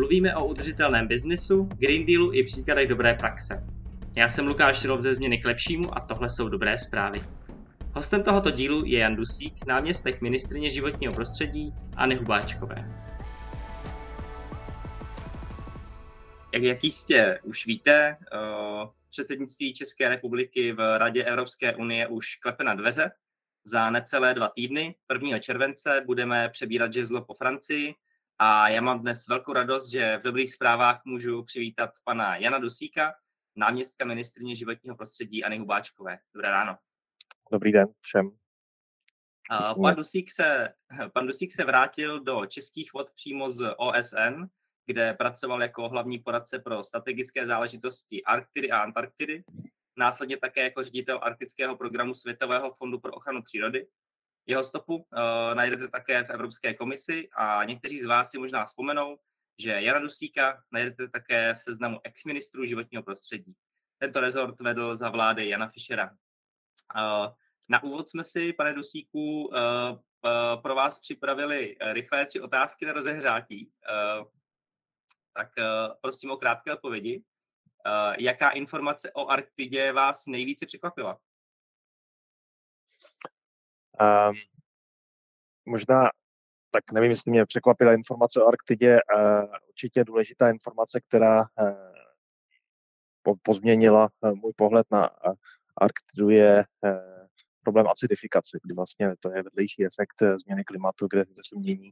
Mluvíme o udržitelném biznisu, Green Dealu i příkladech dobré praxe. Já jsem Lukáš Šilov ze Změny k lepšímu a tohle jsou dobré zprávy. Hostem tohoto dílu je Jan Dusík, náměstek ministryně životního prostředí Anny Hubáčkové. Jak jistě už víte, předsednictví České republiky v Radě Evropské unie už klepe na dveře. Za necelé 2 týdny, 1. července, budeme přebírat žezlo po Francii a já mám dnes velkou radost, že v dobrých zprávách můžu přivítat pana Jana Dusíka, náměstka ministryně životního prostředí Anny Hubáčkové. Dobré ráno. Dobrý den všem. Pan Dusík se vrátil do českých vod přímo z OSN, kde pracoval jako hlavní poradce pro strategické záležitosti Arktidy a Antarktidy, následně také jako ředitel arktického programu Světového fondu pro ochranu přírody. Jeho stopu najdete také v Evropské komisi a někteří z vás si možná vzpomenou, že Jana Dusíka najdete také v seznamu ex-ministrů životního prostředí. Tento rezort vedl za vlády Jana Fischera. Na úvod jsme si, pane Dusíku, pro vás připravili rychlé 3 otázky na rozehřátí. Tak prosím o krátké odpovědi. Jaká informace o Arktidě vás nejvíce překvapila? Možná, tak nevím, jestli mě překvapila informace o Arktidě. Určitě důležitá informace, která pozměnila můj pohled na Arktidu, je problém acidifikace, kdy vlastně to je vedlejší efekt změny klimatu, kde se mění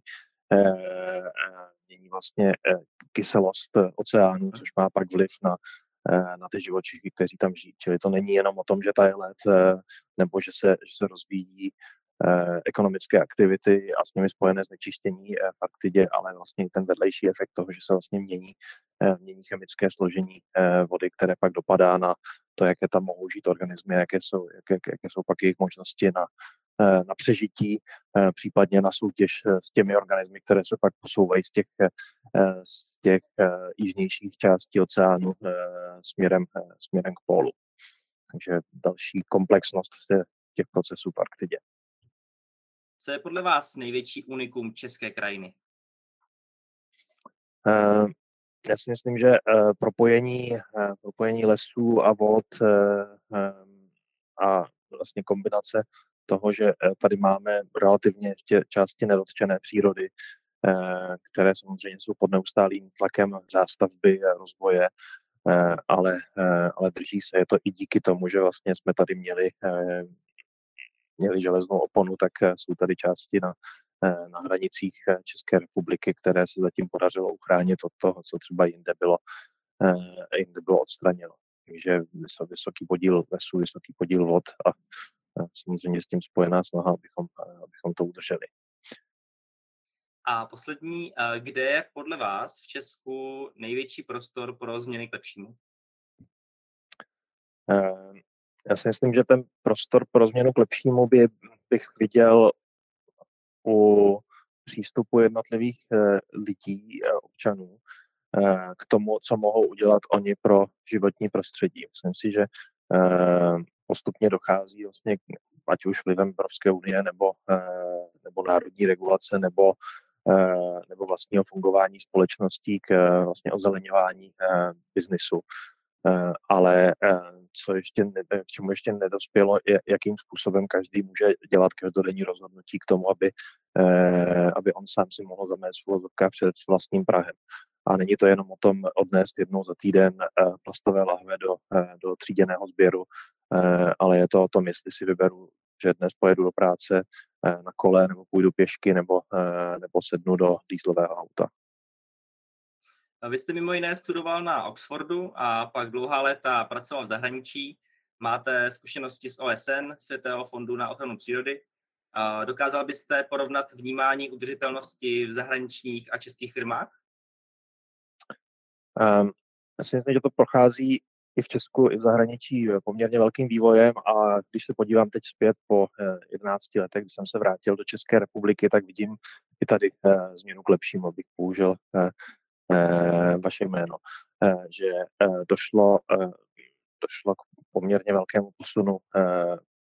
vlastně kyselost oceánu, což má pak vliv na ty živočichy, kteří tam žijí. Čili to není jenom o tom, že taje led nebo že se rozvíjí ekonomické aktivity a s nimi spojené znečištění v Arktidě, ale vlastně ten vedlejší efekt toho, že se vlastně mění chemické složení vody, které pak dopadá na to, jaké tam mohou žít organismy, jaké jsou pak jejich možnosti na přežití, případně na soutěž s těmi organismy, které se pak posouvají z těch jižnějších částí oceánu směrem k pólu. Takže další komplexnost těch procesů v Arktidě. Co je podle vás největší unikum české krajiny? Já si myslím, že propojení lesů a vod a vlastně kombinace toho, že tady máme relativně ještě části nedotčené přírody, které samozřejmě jsou pod neustálým tlakem zástavby a rozvoje, ale drží se. Je to i díky tomu, že vlastně jsme tady měli železnou oponu, tak jsou tady části na hranicích České republiky, které se zatím podařilo uchránit od toho, co třeba jinde bylo odstraněno. Takže vysoký podíl lesů, vysoký podíl vod a samozřejmě s tím spojená snaha, abychom to udrželi. A poslední, kde je podle vás v Česku největší prostor pro změny k lepšímu? Já si myslím, že ten prostor pro změnu k lepšímu bych viděl u přístupu jednotlivých lidí, občanů, k tomu, co mohou udělat oni pro životní prostředí. Myslím si, že postupně dochází vlastně, ať už vlivem Evropské unie, nebo národní regulace, nebo vlastního fungování společností k vlastně ozeleňování biznisu. Ale k čemu ještě nedospělo, je, jakým způsobem každý může dělat každodenní rozhodnutí k tomu, aby on sám si mohl zamést uvozovkách před vlastním prahem. A není to jenom o tom odnést jednou za týden plastové lahve do tříděného sběru, ale je to o tom, jestli si vyberu, že dnes pojedu do práce na kole, nebo půjdu pěšky, nebo sednu do dieselového auta. Vy jste mimo jiné studoval na Oxfordu a pak dlouhá léta pracoval v zahraničí. Máte zkušenosti z OSN, Světového fondu na ochranu přírody. Dokázal byste porovnat vnímání udržitelnosti v zahraničních a českých firmách? Já si myslím, že to prochází i v Česku, i v zahraničí poměrně velkým vývojem a když se podívám teď zpět po 11 letech, kdy jsem se vrátil do České republiky, tak vidím i tady změnu k lepšímu, abych použil vaše jméno, že došlo k poměrně velkému posunu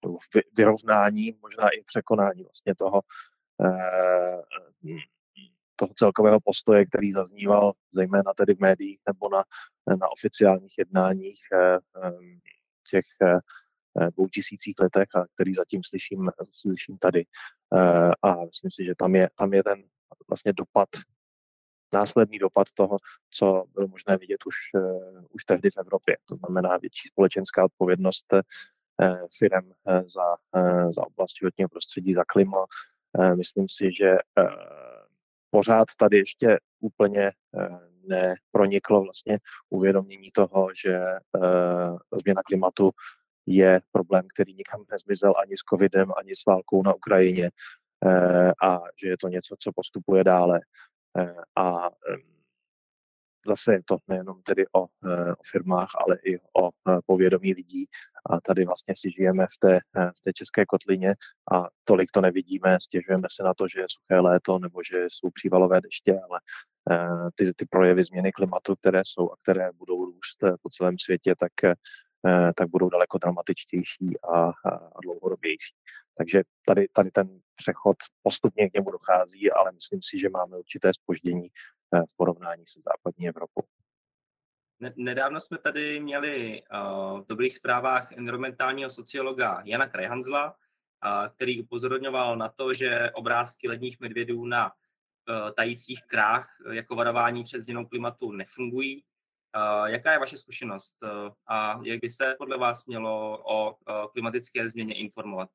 vyrovnání, možná i překonání vlastně toho celkového postoje, který zazníval zejména tedy v médiích nebo na oficiálních jednáních těch 2000 letech a který zatím slyším tady. A myslím si, že tam je ten vlastně následný dopad toho, co bylo možné vidět už tehdy v Evropě. To znamená větší společenská odpovědnost firem za oblast životního prostředí, za klima. Myslím si, že pořád tady ještě úplně neproniklo vlastně uvědomění toho, že změna klimatu je problém, který nikam nezmizel ani s covidem, ani s válkou na Ukrajině a že je to něco, co postupuje dále. A zase je to nejenom tedy o firmách, ale i o povědomí lidí. A tady vlastně si žijeme v té české kotlině a tolik to nevidíme, stěžujeme se na to, že je suché léto nebo že jsou přívalové deště, ale ty projevy změny klimatu, které jsou a které budou růst po celém světě, tak budou daleko dramatičtější a dlouhodobější. Takže tady ten přechod postupně k němu dochází, ale myslím si, že máme určité zpoždění v porovnání se západní Evropou. Nedávno jsme tady měli v dobrých zprávách environmentálního sociologa Jana Krajhanzla, který upozorňoval na to, že obrázky ledních medvědů na tajících krách jako varování před změnou klimatu nefungují. Jaká je vaše zkušenost a jak by se podle vás mělo o klimatické změně informovat?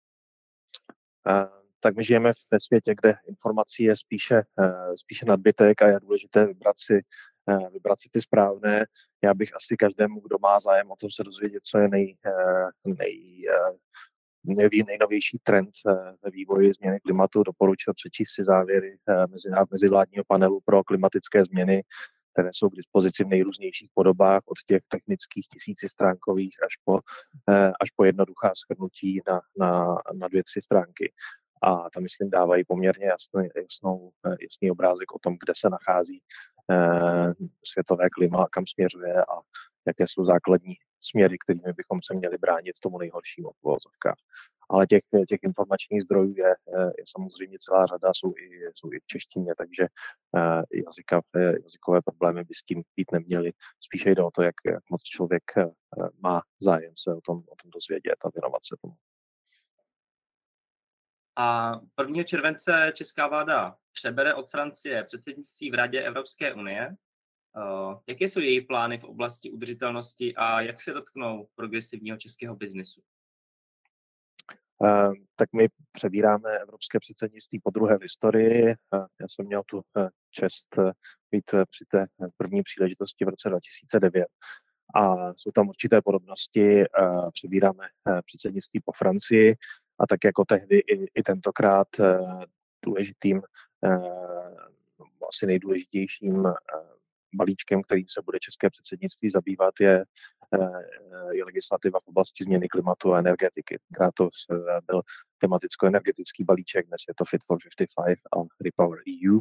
Tak my žijeme ve světě, kde informací je spíše nadbytek a je důležité vybrat si ty správné. Já bych asi každému, kdo má zájem o tom se dozvědět, co je nejnovější trend ve vývoji změny klimatu, doporučil přečíst si závěry mezivládního panelu pro klimatické změny, které jsou k dispozici v nejrůznějších podobách, od těch technických 1000stránkových až po jednoduchá shrnutí na 2-3 stránky. A tam, myslím, dávají poměrně jasný obrázek o tom, kde se nachází světové klima, kam směřuje a jaké jsou základní směry, kterými bychom se měli bránit tomu nejhoršímu v uvozovkách. Ale těch informačních zdrojů je samozřejmě celá řada, jsou i v češtině, takže jazykové problémy by s tím být neměly. Spíše jde o to, jak moc člověk má zájem se o tom dozvědět a věnovat se tomu. A 1. července česká vláda přebere od Francie předsednictví v Radě Evropské unie. Jaké jsou její plány v oblasti udržitelnosti a jak se dotknou progresivního českého biznesu? Tak my přebíráme evropské předsednictví podruhé v historii. Já jsem měl tu čest být při té první příležitosti v roce 2009. A jsou tam určité podobnosti. Přebíráme předsednictví po Francii a tak jako tehdy i tentokrát důležitým, asi nejdůležitějším balíčkem, kterým se bude české předsednictví zabývat, je legislativa v oblasti změny klimatu a energetiky. Tenkrát to byl klimaticko-energetický balíček, dnes je to Fit for 55 a Repower EU.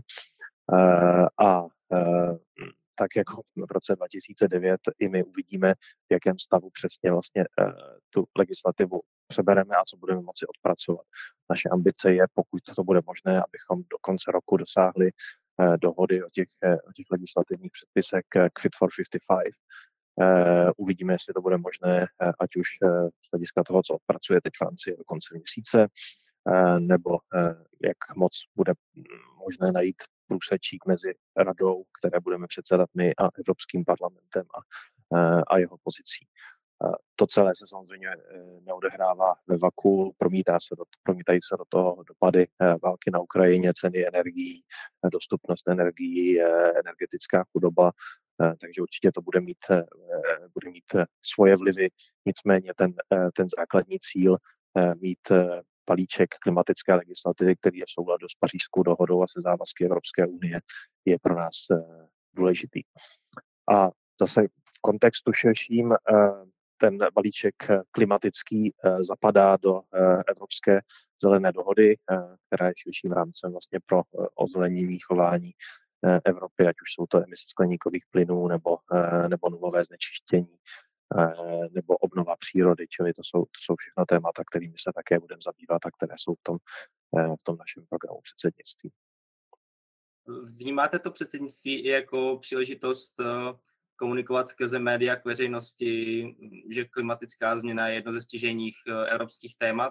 Tak jako v roce 2009 i my uvidíme, v jakém stavu přesně vlastně tu legislativu přebereme a co budeme moci odpracovat. Naše ambice je, pokud to bude možné, abychom do konce roku dosáhli dohody o těch legislativních předpisech k Fit for 55. Uvidíme, jestli to bude možné, ať už z hlediska toho, co odpracuje teď Francie do konce měsíce, nebo jak moc bude možné najít průsečík mezi radou, které budeme předsedat my, a Evropským parlamentem a jeho pozicí. To celé se samozřejmě neodehrává ve vaku, promítají se do toho dopady války na Ukrajině, ceny energií, dostupnost energií, energetická chudoba, takže určitě to bude mít svoje vlivy. Nicméně ten základní cíl mít balíček klimatické legislativy, který je v souladu s Pařížskou dohodou a se závazky Evropské unie, je pro nás důležitý. A zase v kontextu širším ten balíček klimatický zapadá do Evropské zelené dohody, která je širším rámcem vlastně pro ozelenění chování Evropy, ať už jsou to emise skleníkových plynů nebo nulové znečištění nebo obnova přírody, čili to jsou všechno témata, kterými se také budeme zabývat a které jsou v tom našem programu předsednictví. Vnímáte to předsednictví i jako příležitost komunikovat skrze média k veřejnosti, že klimatická změna je jedno ze stěžejních evropských témat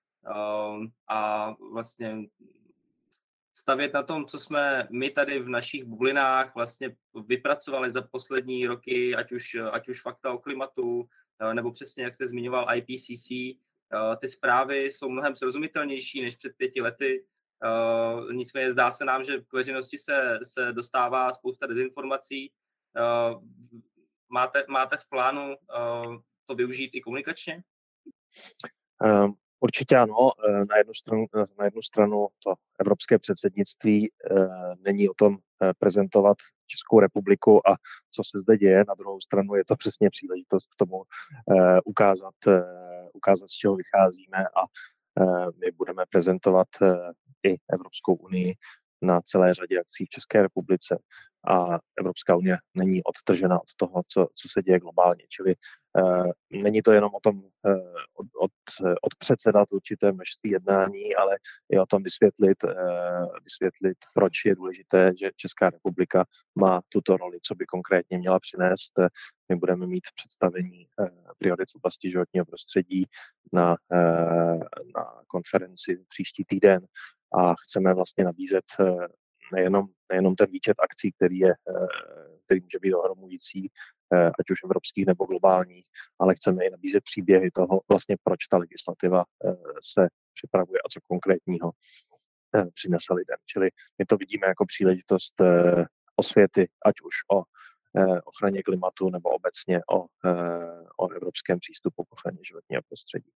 a vlastně stavět na tom, co jsme my tady v našich bublinách vlastně vypracovali za poslední roky, ať už fakta o klimatu, nebo přesně, jak jste zmiňoval, IPCC. Ty zprávy jsou mnohem srozumitelnější než před 5 lety. Nicméně zdá se nám, že k veřejnosti se dostává spousta dezinformací. Máte v plánu to využít i komunikačně? Určitě ano. Na jednu stranu to evropské předsednictví není o tom prezentovat Českou republiku a co se zde děje. Na druhou stranu je to přesně příležitost k tomu ukázat, z čeho vycházíme a my budeme prezentovat i Evropskou unii na celé řadě akcí v České republice a Evropská unie není odtržena od toho, co se děje globálně. Čili není to jenom o tom odpředsedat určité množství jednání, ale i o tom vysvětlit, proč je důležité, že Česká republika má tuto roli, co by konkrétně měla přinést. My budeme mít představení priorit v oblasti životního prostředí na konferenci příští týden a chceme vlastně nabízet nejenom ten výčet akcí, který může být ohromující, ať už evropských nebo globálních, ale chceme i nabízet příběhy toho, vlastně proč ta legislativa se připravuje a co konkrétního přinese lidem. Čili my to vidíme jako příležitost osvěty, ať už o ochraně klimatu nebo obecně o evropském přístupu k ochraně životního prostředí.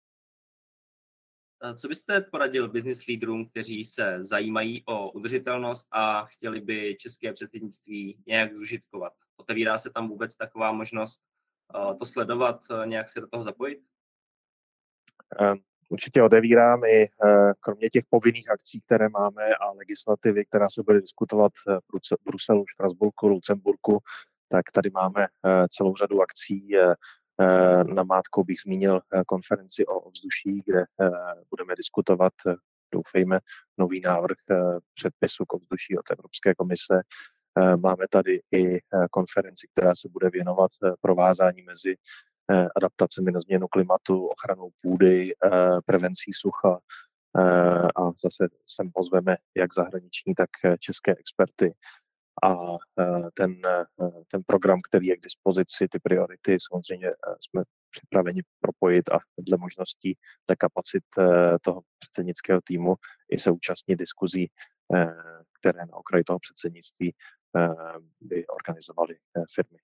Co byste poradil business leaderům, kteří se zajímají o udržitelnost a chtěli by české předsednictví nějak zužitkovat? Otevírá se tam vůbec taková možnost to sledovat, nějak se do toho zapojit? Určitě otevírám i kromě těch povinných akcí, které máme a legislativy, která se bude diskutovat v Bruselu, Štrasburku, Lucemburku, tak tady máme celou řadu akcí. Namátkou bych zmínil konferenci o ovzduší, kde budeme diskutovat, doufejme, nový návrh předpisu k ovzduší od Evropské komise. Máme tady i konferenci, která se bude věnovat provázání mezi adaptacemi na změnu klimatu, ochranou půdy, prevencí sucha a zase sem pozveme jak zahraniční, tak české experty. A ten program, který je k dispozici, ty priority, samozřejmě jsme připraveni propojit a dle možností, dle kapacit toho předsednického týmu i se účastnit diskuzí, které na okraji toho předsednictví by organizovaly firmy.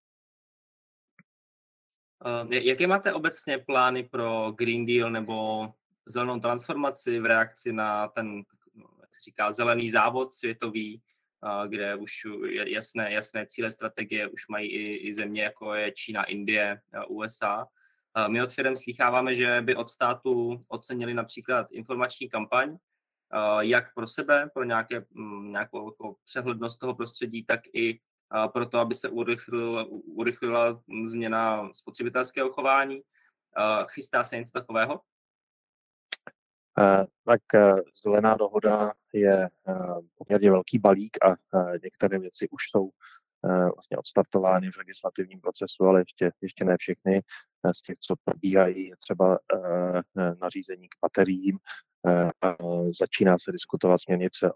Jaké máte obecně plány pro Green Deal nebo zelenou transformaci v reakci na ten, jak se říká, zelený závod světový, kde už jasné cíle strategie už mají i země, jako je Čína, Indie, USA. My od firem slýcháváme, že by od státu ocenili například informační kampaň, jak pro sebe, pro nějakou jako přehlednost toho prostředí, tak i pro to, aby se urychlila změna spotřebitelského chování. Chystá se něco takového? Tak zelená dohoda je poměrně velký balík a některé věci už jsou vlastně odstartovány v legislativním procesu, ale ještě ne všechny. Z těch, co probíhají, je třeba nařízení k bateriím. Začíná se diskutovat směrnice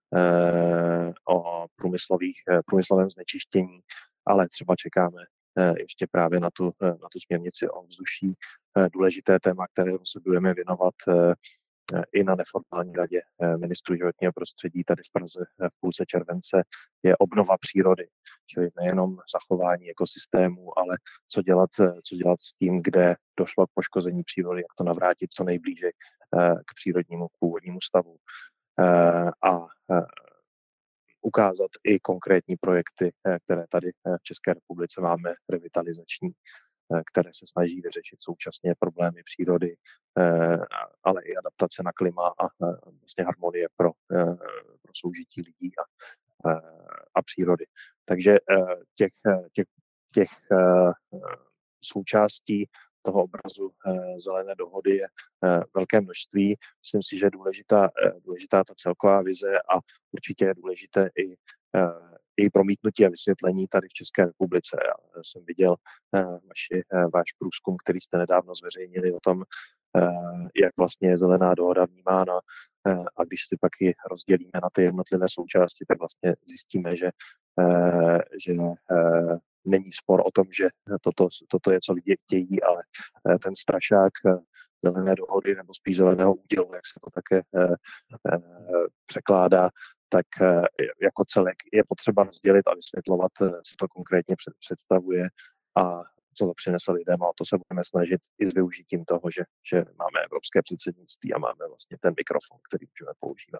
o průmyslovém znečištění, ale třeba čekáme ještě právě na tu směrnici o vzduší. Důležité téma, kterého se budeme věnovat i na neformální radě ministrů životního prostředí tady v Praze v půlce července, je obnova přírody. Čili nejenom zachování ekosystému, ale co dělat s tím, kde došlo k poškození přírody, jak to navrátit co nejblíže k přírodnímu, k původnímu stavu. A ukázat i konkrétní projekty, které tady v České republice máme, revitalizační, které se snaží vyřešit současně problémy přírody, ale i adaptace na klima a vlastně harmonie pro soužití lidí a přírody. Takže těch součástí toho obrazu zelené dohody je velké množství. Myslím si, že je důležitá ta celková vize a určitě je důležité i její promítnutí a vysvětlení tady v České republice. Já jsem viděl váš průzkum, který jste nedávno zveřejnili o tom, jak vlastně je zelená dohoda vnímána, a když si pak ji rozdělíme na ty jednotlivé součásti, tak vlastně zjistíme, že není spor o tom, že toto je, co lidi chtějí, ale ten strašák zelené dohody nebo spíš zeleného údělu, jak se to také překládá, tak jako celek je potřeba rozdělit a vysvětlovat, co to konkrétně představuje a co to přinese lidem, a to se budeme snažit i s využitím toho, že máme evropské předsednictví a máme vlastně ten mikrofon, který můžeme používat.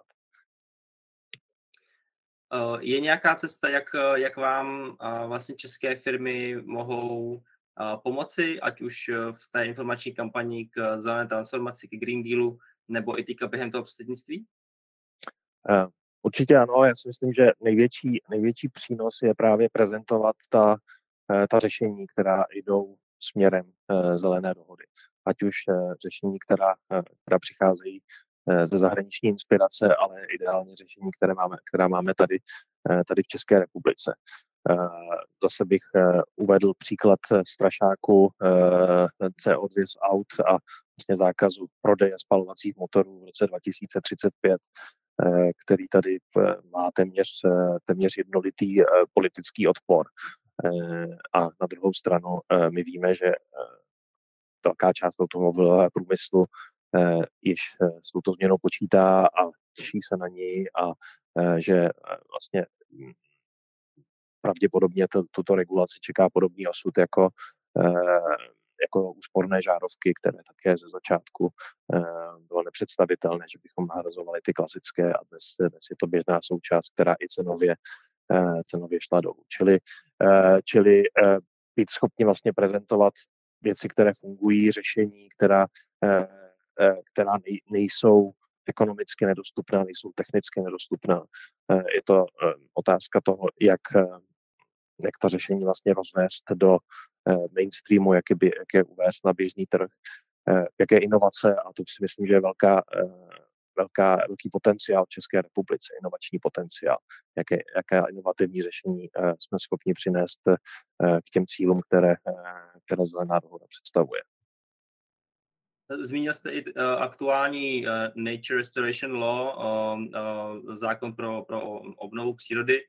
Je nějaká cesta, jak vám vlastně české firmy mohou pomoci, ať už v té informační kampani k zelené transformaci, k Green Dealu, nebo i teďka během toho předsednictví? Určitě ano, já si myslím, že největší přínos je právě prezentovat ta řešení, která jdou směrem zelené dohody. Ať už řešení, která přicházejí ze zahraniční inspirace, ale ideálně řešení, která máme tady v České republice. Zase bych uvedl příklad strašáku CO2 z aut a vlastně zákazu prodeje spalovacích motorů v roce 2035, který tady má téměř jednolitý politický odpor. A na druhou stranu my víme, že velká část automobilového průmyslu již s touto změnou počítá a těší se na ní a že vlastně pravděpodobně tuto regulaci čeká podobný osud jako úsporné žárovky, které také ze začátku bylo nepředstavitelné, že bychom nahrazovali ty klasické, a dnes je to běžná součást, která i cenově šla dolů. Čili být schopni vlastně prezentovat věci, které fungují, řešení, která nejsou ekonomicky nedostupná, nejsou technicky nedostupná. Je to otázka toho, jak ta řešení vlastně rozvést do mainstreamu, jak je uvést na běžný trh, jaké inovace, a to si myslím, že je velký potenciál v České republice, inovační potenciál, jaké inovativní řešení jsme schopni přinést k těm cílům, které zelená dohoda představuje. Zmínil jste i aktuální Nature Restoration Law, zákon pro obnovu přírody.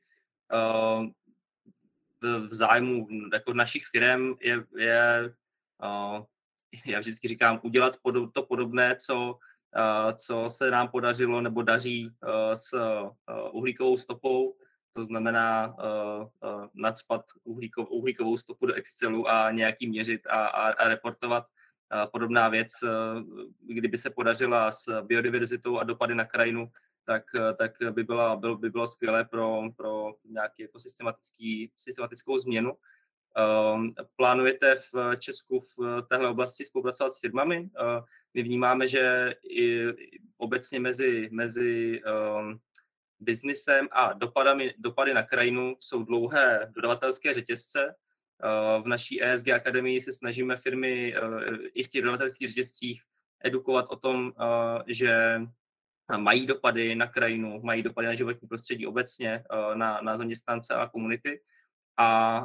V zájmu jako našich firm je já vždycky říkám, udělat to podobné, co se nám podařilo nebo daří s uhlíkovou stopou, to znamená nacpat uhlíkovou stopu do Excelu a nějaký měřit a reportovat. Podobná věc, kdyby se podařila s biodiverzitou a dopady na krajinu, tak by bylo skvělé pro nějaký jako systematickou změnu. Plánujete v Česku v téhle oblasti spolupracovat s firmami? My vnímáme, že i obecně mezi biznisem a dopady na krajinu jsou dlouhé dodavatelské řetězce. V naší ESG akademii se snažíme firmy i v těch dodavatelských řetězcích edukovat o tom, že mají dopady na krajinu, mají dopady na životní prostředí obecně, na zaměstnance a komunity. A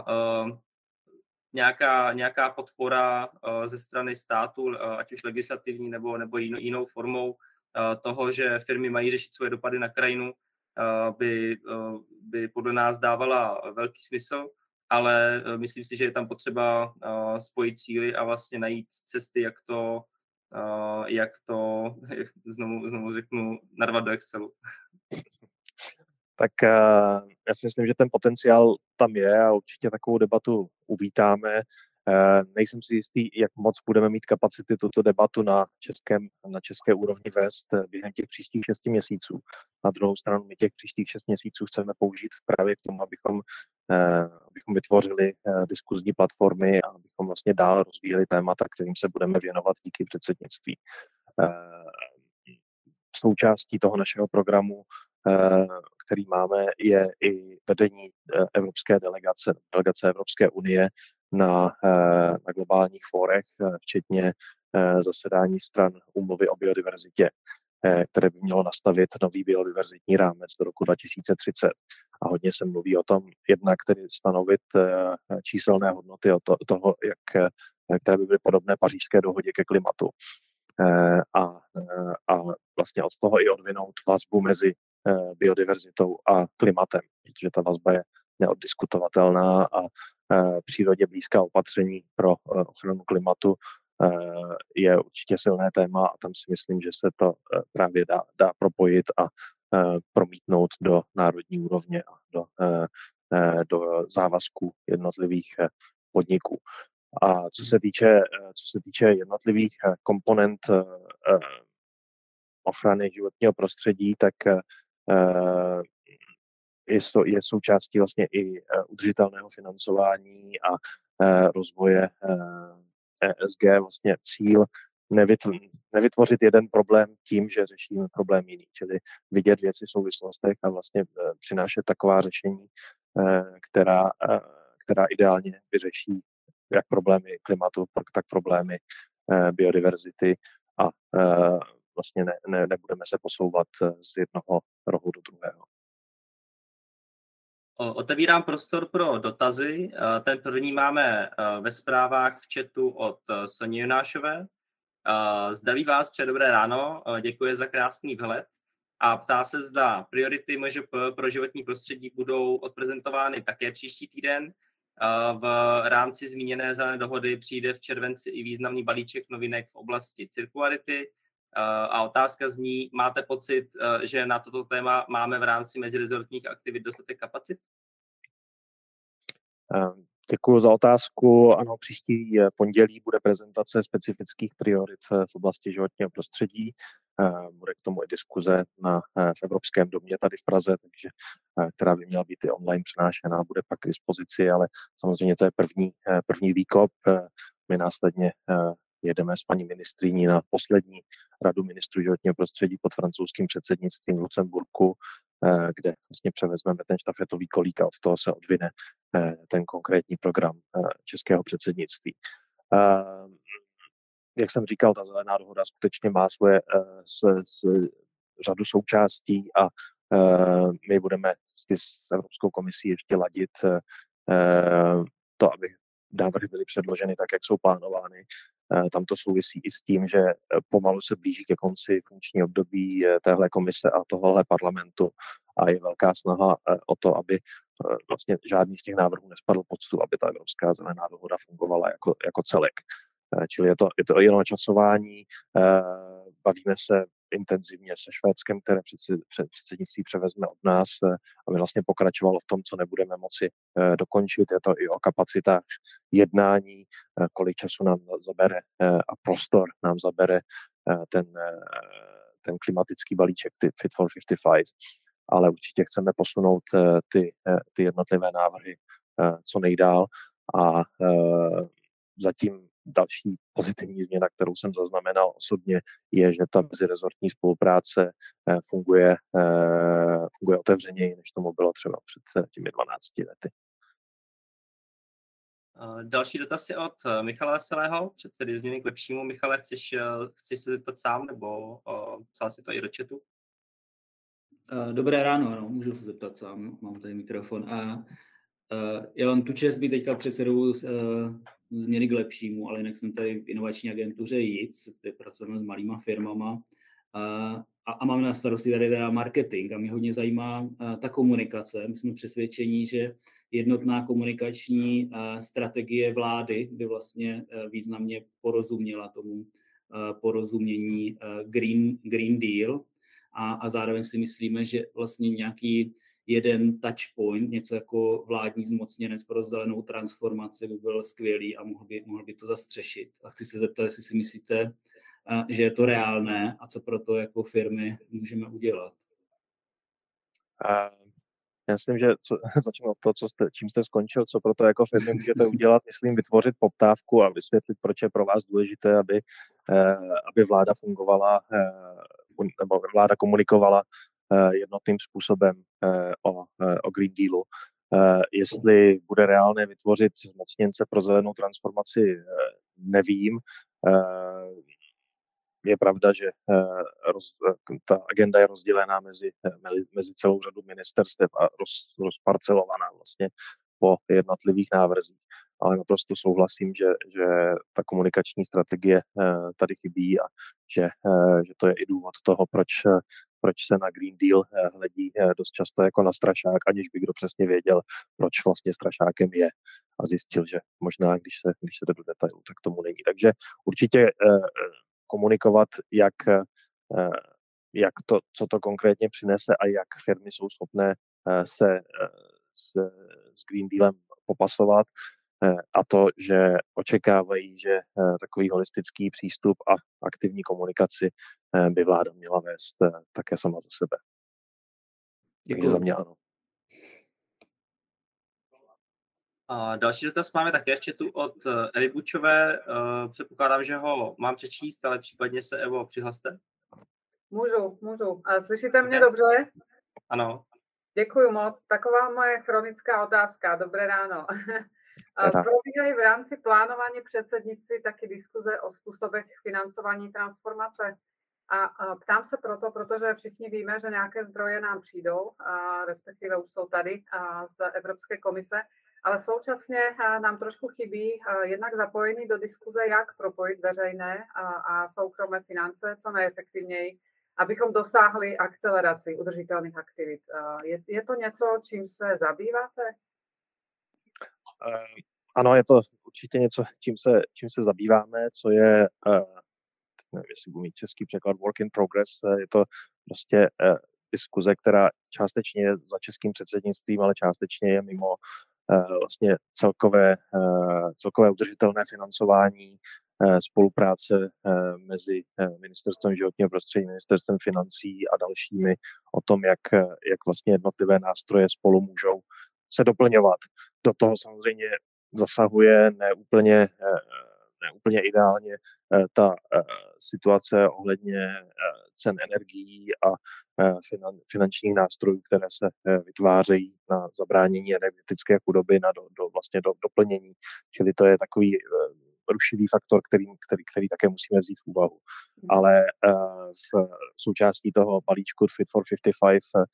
nějaká podpora ze strany státu, ať už legislativní nebo jinou formou toho, že firmy mají řešit svoje dopady na krajinu, by podle nás dávala velký smysl, ale myslím si, že je tam potřeba spojit síly a vlastně najít cesty, jak to znovu řeknu, narvat do Excelu. Tak já si myslím, že ten potenciál tam je a určitě takovou debatu uvítáme. Nejsem si jistý, jak moc budeme mít kapacity tuto debatu na české úrovni vést během těch příštích 6 měsíců. Na druhou stranu my těch příštích 6 měsíců chceme použít právě k tomu, abychom vytvořili diskuzní platformy a abychom vlastně dál rozvíjeli témata, kterým se budeme věnovat díky předsednictví. Součástí toho našeho programu, který máme, je i vedení evropské delegace Evropské unie na globálních fórech, včetně zasedání stran úmluvy o biodiverzitě, které by mělo nastavit nový biodiverzitní rámec do roku 2030. A hodně se mluví o tom, jednak tedy stanovit číselné hodnoty toho, které by byly podobné Pařížské dohodě ke klimatu. A vlastně od toho i odvinout vazbu mezi biodiverzitou a klimatem, protože ta vazba je neoddiskutovatelná a přírodě blízká opatření pro ochranu klimatu je určitě silné téma a tam si myslím, že se to právě dá propojit a promítnout do národní úrovně a do závazků jednotlivých podniků. A co se týče jednotlivých komponent ochrany životního prostředí, tak je součástí vlastně i udržitelného financování a rozvoje ESG vlastně cíl nevytvořit jeden problém tím, že řešíme problém jiný, čili vidět věci v souvislostech a vlastně přinášet taková řešení, která ideálně vyřeší jak problémy klimatu, tak problémy biodiverzity a vlastně nebudeme se posouvat z jednoho rohu do druhého. Otevírám prostor pro dotazy. Ten první máme ve zprávách v chatu od Soni Jonášové. Zdraví vás, přeje dobré ráno, děkuji za krásný vhled a ptá se, zda priority MŽP pro životní prostředí budou odprezentovány také příští týden. V rámci zmíněné zelené dohody přijde v červenci i významný balíček novinek v oblasti cirkularity. A otázka zní, máte pocit, že na toto téma máme v rámci mezirezortních aktivit dostatek kapacit? Děkuji za otázku. Ano, příští pondělí bude prezentace specifických priorit v oblasti životního prostředí. Bude k tomu i diskuze v Evropském domě tady v Praze, která by měla být i online přenášená, bude pak k dispozici, ale samozřejmě to je první výkop. My následně jedeme s paní ministryní na poslední radu ministrů životního prostředí pod francouzským předsednictvím v Lucemburku, kde vlastně převezmeme ten štafetový kolík a od toho se odvine ten konkrétní program českého předsednictví. Jak jsem říkal, ta zelená dohoda skutečně má svoje řadu součástí a my budeme s Evropskou komisí ještě ladit to, aby návrhy byly předloženy tak, jak jsou plánovány. Tam to souvisí i s tím, že pomalu se blíží ke konci funkční období téhle komise a tohohle parlamentu a je velká snaha o to, aby vlastně žádný z těch návrhů nespadl pod stůl, aby ta Evropská zelená dohoda fungovala jako celek. Čili je to jenom časování. Bavíme se intenzivně se Švédskem, které předsednictví převezme od nás, aby vlastně pokračovalo v tom, co nebudeme moci dokončit. Je to i o kapacitách jednání, kolik času nám zabere a prostor nám zabere ten klimatický balíček Fit for 55. Ale určitě chceme posunout ty jednotlivé návrhy co nejdál a zatím další pozitivní změna, kterou jsem zaznamenal osobně, je, že ta mezirezortní spolupráce funguje otevřeněji, než tomu bylo třeba před těmi 12 lety. Další dotaz je od Michala Veselého, předsedy Změny k lepšímu. Michale, chceš se zeptat sám, nebo psal si to i do chatu? Dobré ráno, ano, můžu se zeptat sám, mám tady mikrofon. Já mám tu čest být teďka předsedou Změny k lepšímu, ale jinak jsem tady v inovační agentuře JIC, kde pracujeme s malýma firmama a mám na starosti tady teda marketing a mě hodně zajímá ta komunikace. My jsme přesvědčení, že jednotná komunikační strategie vlády by vlastně významně porozuměla tomu porozumění Green Deal a zároveň si myslíme, že vlastně nějaký jeden touch point, něco jako vládní zmocněnec pro zelenou transformaci by byl skvělý a mohl by to zastřešit. A chci se zeptat, jestli si myslíte, že je to reálné a co pro to jako firmy můžeme udělat. Já myslím, že začnu od toho, čím jste skončil, co pro to jako firmy můžete udělat, myslím vytvořit poptávku a vysvětlit, proč je pro vás důležité, aby vláda fungovala nebo vláda komunikovala jednotným způsobem o Green Dealu. Jestli bude reálné vytvořit zmocněnce pro zelenou transformaci, nevím. Je pravda, že ta agenda je rozdělená mezi celou řadu ministerstev a rozparcelovaná vlastně po jednotlivých návrzích. Ale naprosto souhlasím, že ta komunikační strategie tady chybí a že to je i důvod toho, proč se na Green Deal hledí dost často jako na strašák, aniž by kdo přesně věděl, proč vlastně strašákem je. A zjistil, že možná, když se jde do detailu, tak tomu není. Takže určitě komunikovat, co to konkrétně přinese a jak firmy jsou schopné se s Green Dealem popasovat, a to, že očekávají, že takový holistický přístup a aktivní komunikaci by vláda měla vést také sama za sebe. Takže za mě ano. A další dotaz máme také v chatu od Evy Bučové. Předpokládám, že ho mám přečíst, ale případně se, Evo, přihlaste. Můžu. A slyšíte mě dobře? Ano. Děkuji moc. Taková moje chronická otázka. Dobré ráno. Probíhají v rámci plánování předsednictví taky diskuze o způsobech financování transformace. A ptám se protože všichni víme, že nějaké zdroje nám přijdou, respektive už jsou tady z Evropské komise, ale současně nám trošku chybí jednak zapojení do diskuze, jak propojit veřejné a soukromé finance co nejefektivněji, abychom dosáhli akceleraci udržitelných aktivit. Je to něco, čím se zabýváte? Ano, je to určitě něco, čím se zabýváme, co je, nevím, jestli budu mít český překlad, work in progress. Je to prostě diskuze, která částečně je za českým předsednictvím, ale částečně je mimo vlastně celkové udržitelné financování, spolupráce mezi Ministerstvem životního prostředí, Ministerstvem financí a dalšími o tom, jak vlastně jednotlivé nástroje spolu můžou se doplňovat. Do toho samozřejmě zasahuje neúplně ideálně ta situace ohledně cen energií a finančních nástrojů, které se vytvářejí na zabránění energetické chudoby, vlastně do doplnění. Čili to je takový rušivý faktor, který také musíme vzít v úvahu. Ale v součástí toho balíčku Fit for 55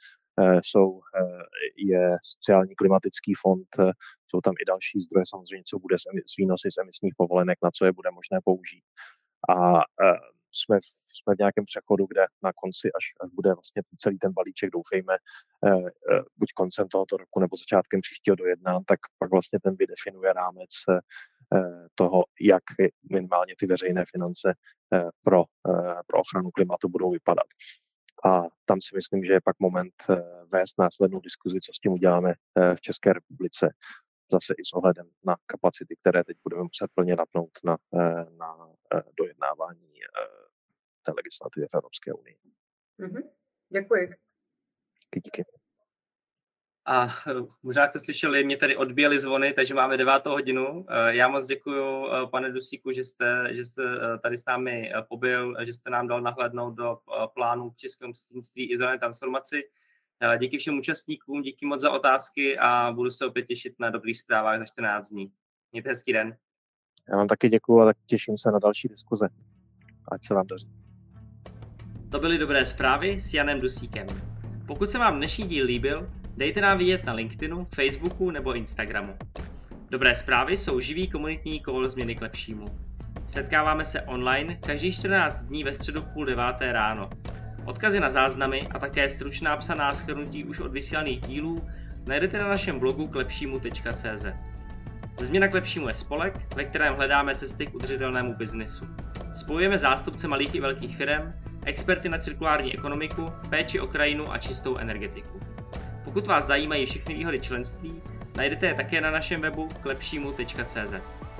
je sociální klimatický fond, jsou tam i další zdroje, samozřejmě, co bude s výnosy z emisních povolenek, na co je bude možné použít. A jsme v nějakém přechodu, kde na konci, až bude vlastně celý ten balíček, doufejme, buď koncem tohoto roku nebo začátkem příštího dojednán, tak pak vlastně ten vydefinuje rámec toho, jak minimálně ty veřejné finance pro ochranu klimatu budou vypadat. A tam si myslím, že je pak moment vést následnou diskuzi, co s tím uděláme v České republice, zase i s ohledem na kapacity, které teď budeme muset plně napnout na dojednávání té legislativy v Evropské unii. Děkuji. Díky. A možná jste slyšeli, mě tady odbíjely zvony, takže máme 9. hodinu. Já moc děkuju, pane Dusíku, že jste tady s námi pobyl, že jste nám dal nahlédnout do plánu českého předsednictví i zelené transformaci. Díky všem účastníkům, díky moc za otázky a budu se opět těšit na dobrých zprávách za 14 dní. Mějte hezký den. Já vám taky děkuju a tak těším se na další diskuze. Ať se vám daří. To byly dobré zprávy s Janem Dusíkem. Pokud se vám dnešní díl líbil, dejte nám vědět na LinkedInu, Facebooku nebo Instagramu. Dobré zprávy jsou živý komunitní kol změny k lepšímu. Setkáváme se online každých 14 dní ve středu v 8:30 ráno. Odkazy na záznamy a také stručná psaná shrnutí už od vysílaných dílů najdete na našem blogu klepšímu.cz. Změna k lepšímu je spolek, ve kterém hledáme cesty k udržitelnému biznesu. Spojujeme zástupce malých i velkých firem, experty na cirkulární ekonomiku, péči o krajinu a čistou energetiku. Pokud vás zajímají všechny výhody členství, najdete je také na našem webu klepšímu.cz.